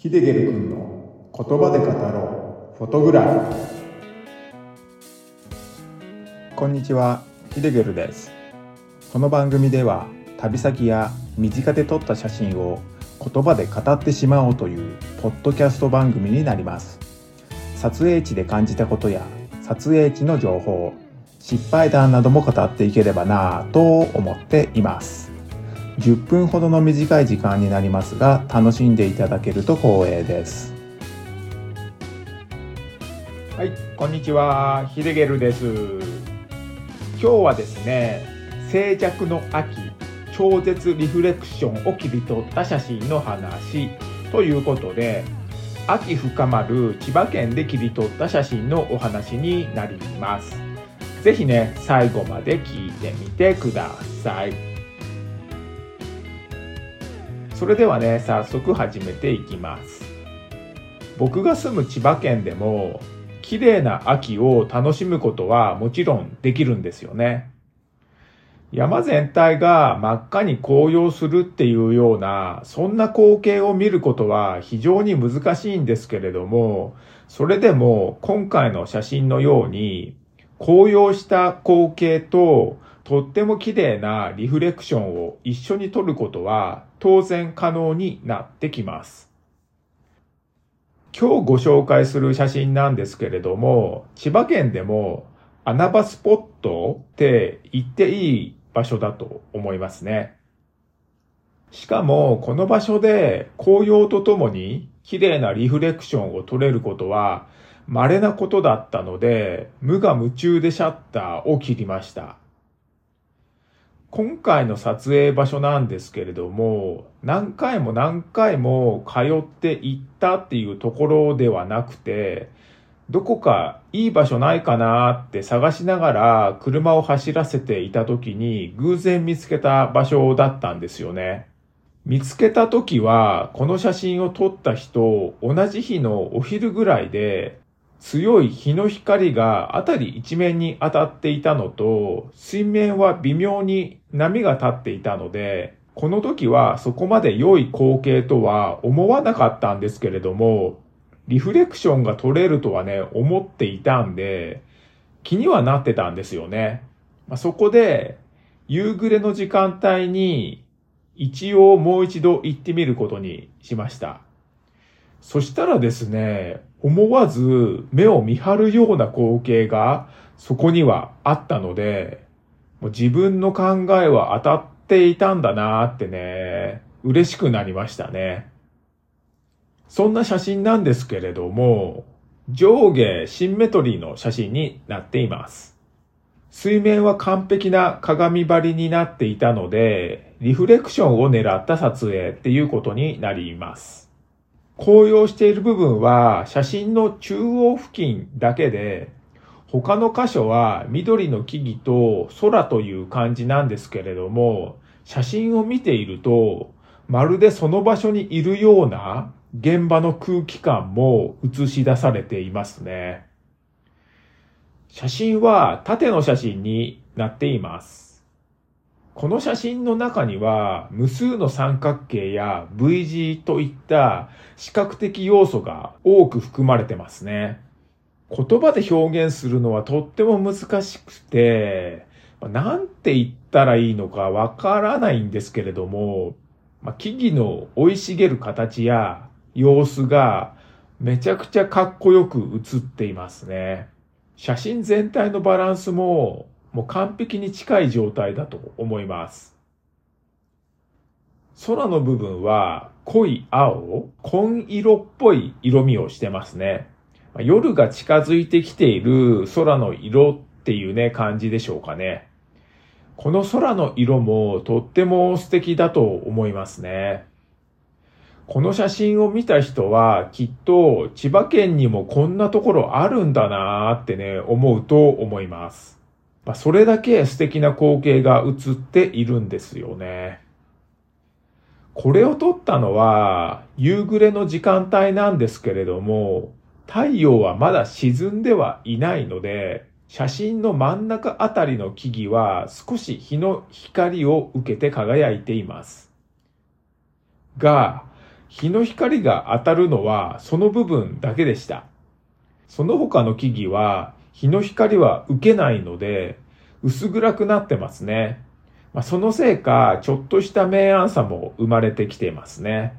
ヒデゲル君の言葉で語ろうフォトグラフィー。こんにちは、ヒデゲルです。この番組では旅先や身近で撮った写真を言葉で語ってしまおうというポッドキャスト番組になります。撮影地で感じたことや撮影地の情報、失敗談なども語っていければなぁと思っています。10分ほどの短い時間になりますが、楽しんでいただけると光栄です。はい、こんにちは、ヒデゲルです。今日はですね、静寂の秋、超絶リフレクションを切り取った写真の話ということで、秋深まる千葉県で切り取った写真のお話になります。ぜひね、最後まで聞いてみてください。それではね、早速始めていきます。僕が住む千葉県でも綺麗な秋を楽しむことはもちろんできるんですよね。山全体が真っ赤に紅葉するっていうような、そんな光景を見ることは非常に難しいんですけれども、それでも今回の写真のように紅葉した光景ととっても綺麗なリフレクションを一緒に撮ることは当然可能になってきます。今日ご紹介する写真なんですけれども、千葉県でも穴場スポットって言っていい場所だと思いますね。しかもこの場所で紅葉とともに綺麗なリフレクションを撮れることは稀なことだったので、無我夢中でシャッターを切りました。今回の撮影場所なんですけれども、何回も通って行ったっていうところではなくて、どこかいい場所ないかなって探しながら車を走らせていた時に偶然見つけた場所だったんですよね。見つけた時はこの写真を撮った日と同じ日のお昼ぐらいで、強い日の光が辺り一面に当たっていたのと、水面は微妙に波が立っていたので、この時はそこまで良い光景とは思わなかったんですけれども、リフレクションが撮れるとはね、思っていたんで、気にはなってたんですよね。そこで、夕暮れの時間帯に、一応もう一度行ってみることにしました。そしたらですね、思わず目を見張るような光景がそこにはあったので、もう自分の考えは当たっていたんだなーってね、嬉しくなりましたね。そんな写真なんですけれども、上下シンメトリーの写真になっています。水面は完璧な鏡張りになっていたので、リフレクションを狙った撮影っていうことになります。紅葉している部分は写真の中央付近だけで、他の箇所は緑の木々と空という感じなんですけれども、写真を見ていると、まるでその場所にいるような現場の空気感も映し出されていますね。写真は縦の写真になっています。この写真の中には無数の三角形や V 字といった視覚的要素が多く含まれてますね。言葉で表現するのはとっても難しくて、なんて言ったらいいのかわからないんですけれども、木々の生い茂る形や様子がめちゃくちゃかっこよく写っていますね。写真全体のバランスも完璧に近い状態だと思います。空の部分は濃い青、紺色っぽい色味をしてますね。夜が近づいてきている空の色っていうね、感じでしょうかね。この空の色もとっても素敵だと思いますね。この写真を見た人はきっと千葉県にもこんなところあるんだなーってね、思うと思います。それだけ素敵な光景が映っているんですよね。これを撮ったのは夕暮れの時間帯なんですけれども、太陽はまだ沈んではいないので、写真の真ん中あたりの木々は少し日の光を受けて輝いています。が、 日の光が当たるのはその部分だけでした。その他の木々は日の光は受けないので薄暗くなってますね。そのせいかちょっとした明暗差も生まれてきていますね。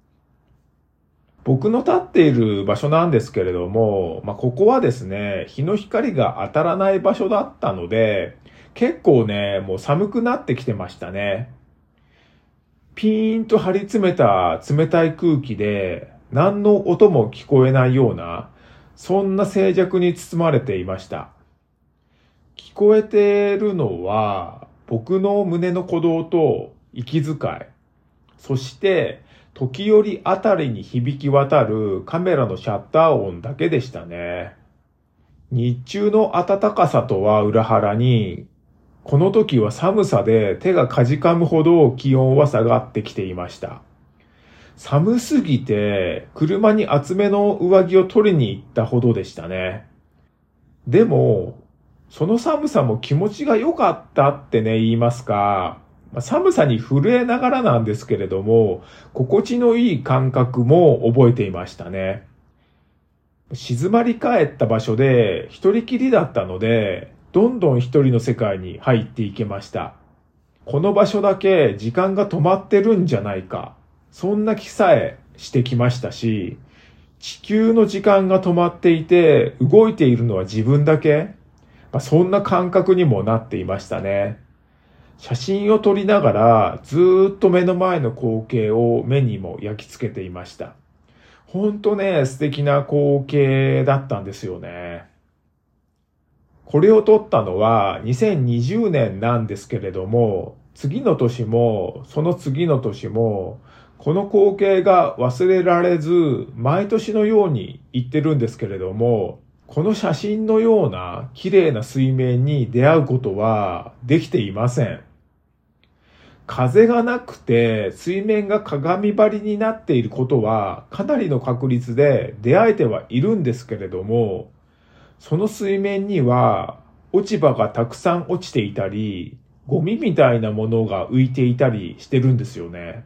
僕の立っている場所なんですけれども、ここはですね、日の光が当たらない場所だったので、結構ね、もう寒くなってきてましたね。ピーンと張り詰めた冷たい空気で、何の音も聞こえないような、そんな静寂に包まれていました。聞こえているのは、僕の胸の鼓動と息遣い、そして時折あたりに響き渡るカメラのシャッター音だけでしたね。日中の暖かさとは裏腹に、この時は寒さで手がかじかむほど気温は下がってきていました。寒すぎて車に厚めの上着を取りに行ったほどでしたね。でも、その寒さも気持ちが良かったってね、言いますか。寒さに震えながらなんですけれども、心地のいい感覚も覚えていましたね。静まり返った場所で一人きりだったので、どんどん一人の世界に入っていけました。この場所だけ時間が止まってるんじゃないか。そんな気さえしてきましたし、地球の時間が止まっていて動いているのは自分だけ。そんな感覚にもなっていましたね。写真を撮りながらずーっと目の前の光景を目にも焼き付けていました。ほんとね、素敵な光景だったんですよね。これを撮ったのは2020年なんですけれども、次の年もその次の年もこの光景が忘れられず、毎年のように言ってるんですけれども、この写真のような綺麗な水面に出会うことはできていません。風がなくて水面が鏡張りになっていることはかなりの確率で出会えてはいるんですけれども、その水面には落ち葉がたくさん落ちていたり、ゴミみたいなものが浮いていたりしてるんですよね。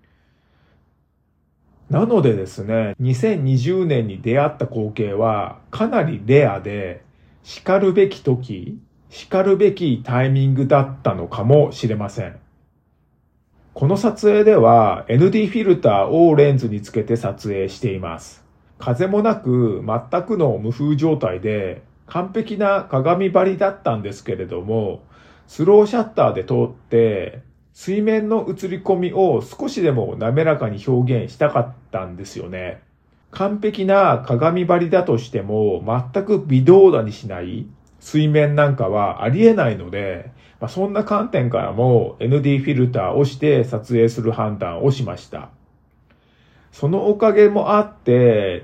なのでですね、2020年に出会った光景はかなりレアで、叱るべき時、叱るべきタイミングだったのかもしれません。この撮影では ND フィルターをレンズにつけて撮影しています。風もなく全くの無風状態で完璧な鏡張りだったんですけれども、スローシャッターで撮って水面の映り込みを少しでも滑らかに表現したかったんですよね。完璧な鏡張りだとしても全く微動だにしない水面なんかはありえないので、そんな観点からも ND フィルターをして撮影する判断をしました。そのおかげもあって、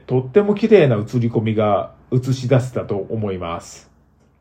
とっても綺麗な映り込みが映し出せたと思います。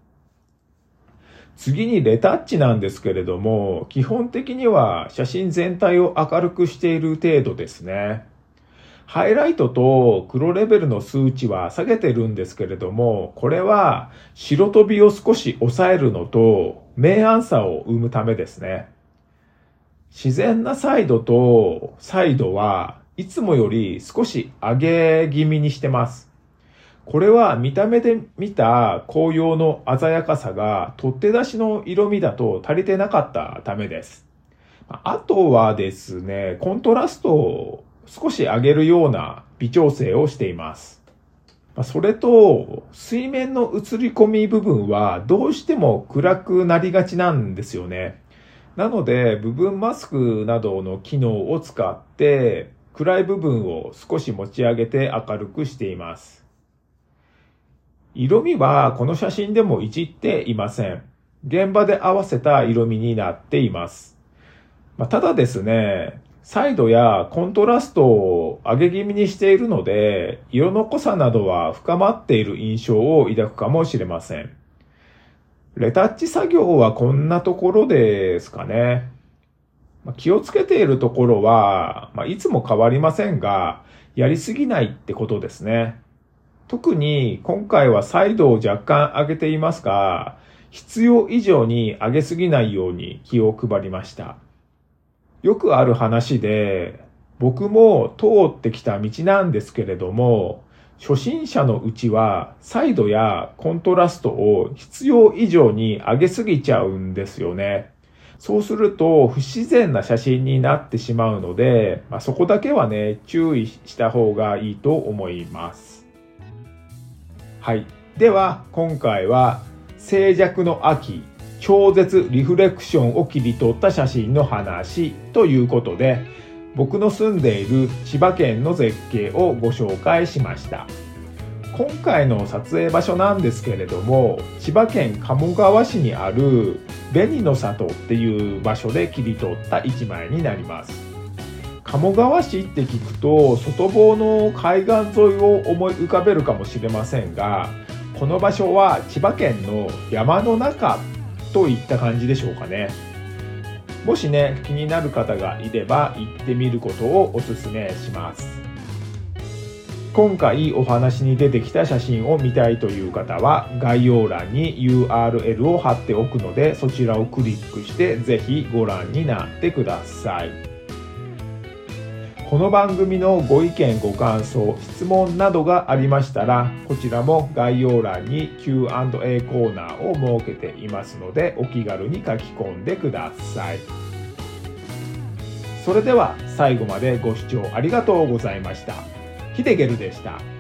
次にレタッチなんですけれども、基本的には写真全体を明るくしている程度ですね。ハイライトと黒レベルの数値は下げてるんですけれども、これは白飛びを少し抑えるのと明暗差を生むためですね。自然なサイドとサイドはいつもより少し上げ気味にしてます。これは見た目で見た紅葉の鮮やかさが取って出しの色味だと足りてなかったためです。あとはですね、コントラストを少し上げるような微調整をしています。それと、水面の映り込み部分はどうしても暗くなりがちなんですよね。なので、部分マスクなどの機能を使って、暗い部分を少し持ち上げて明るくしています。色味はこの写真でもいじっていません。現場で合わせた色味になっています。ただですね、サイドやコントラストを上げ気味にしているので、色の濃さなどは深まっている印象を抱くかもしれません。レタッチ作業はこんなところですかね。気をつけているところは、いつも変わりませんが、やりすぎないってことですね。特に今回はサイドを若干上げていますが、必要以上に上げすぎないように気を配りました。よくある話で、 僕も通ってきた道なんですけれども、初心者のうちは彩度やコントラストを必要以上に上げすぎちゃうんですよね。そうすると不自然な写真になってしまうので、そこだけはね、注意した方がいいと思います。はい。では、今回は静寂の秋、超絶リフレクションを切り取った写真の話ということで、僕の住んでいる千葉県の絶景をご紹介しました。今回の撮影場所なんですけれども、千葉県鴨川市にある紅の里っていう場所で切り取った一枚になります。鴨川市って聞くと外房の海岸沿いを思い浮かべるかもしれませんが、この場所は千葉県の山の中といった感じでしょうかね。もしね、気になる方がいれば行ってみることをお勧めします。今回お話に出てきた写真を見たいという方は概要欄に URL を貼っておくので、そちらをクリックしてぜひご覧になってください。この番組のご意見ご感想質問などがありましたら、こちらも概要欄に Q&A コーナーを設けていますので、お気軽に書き込んでください。それでは最後までご視聴ありがとうございました。ヒデゲルでした。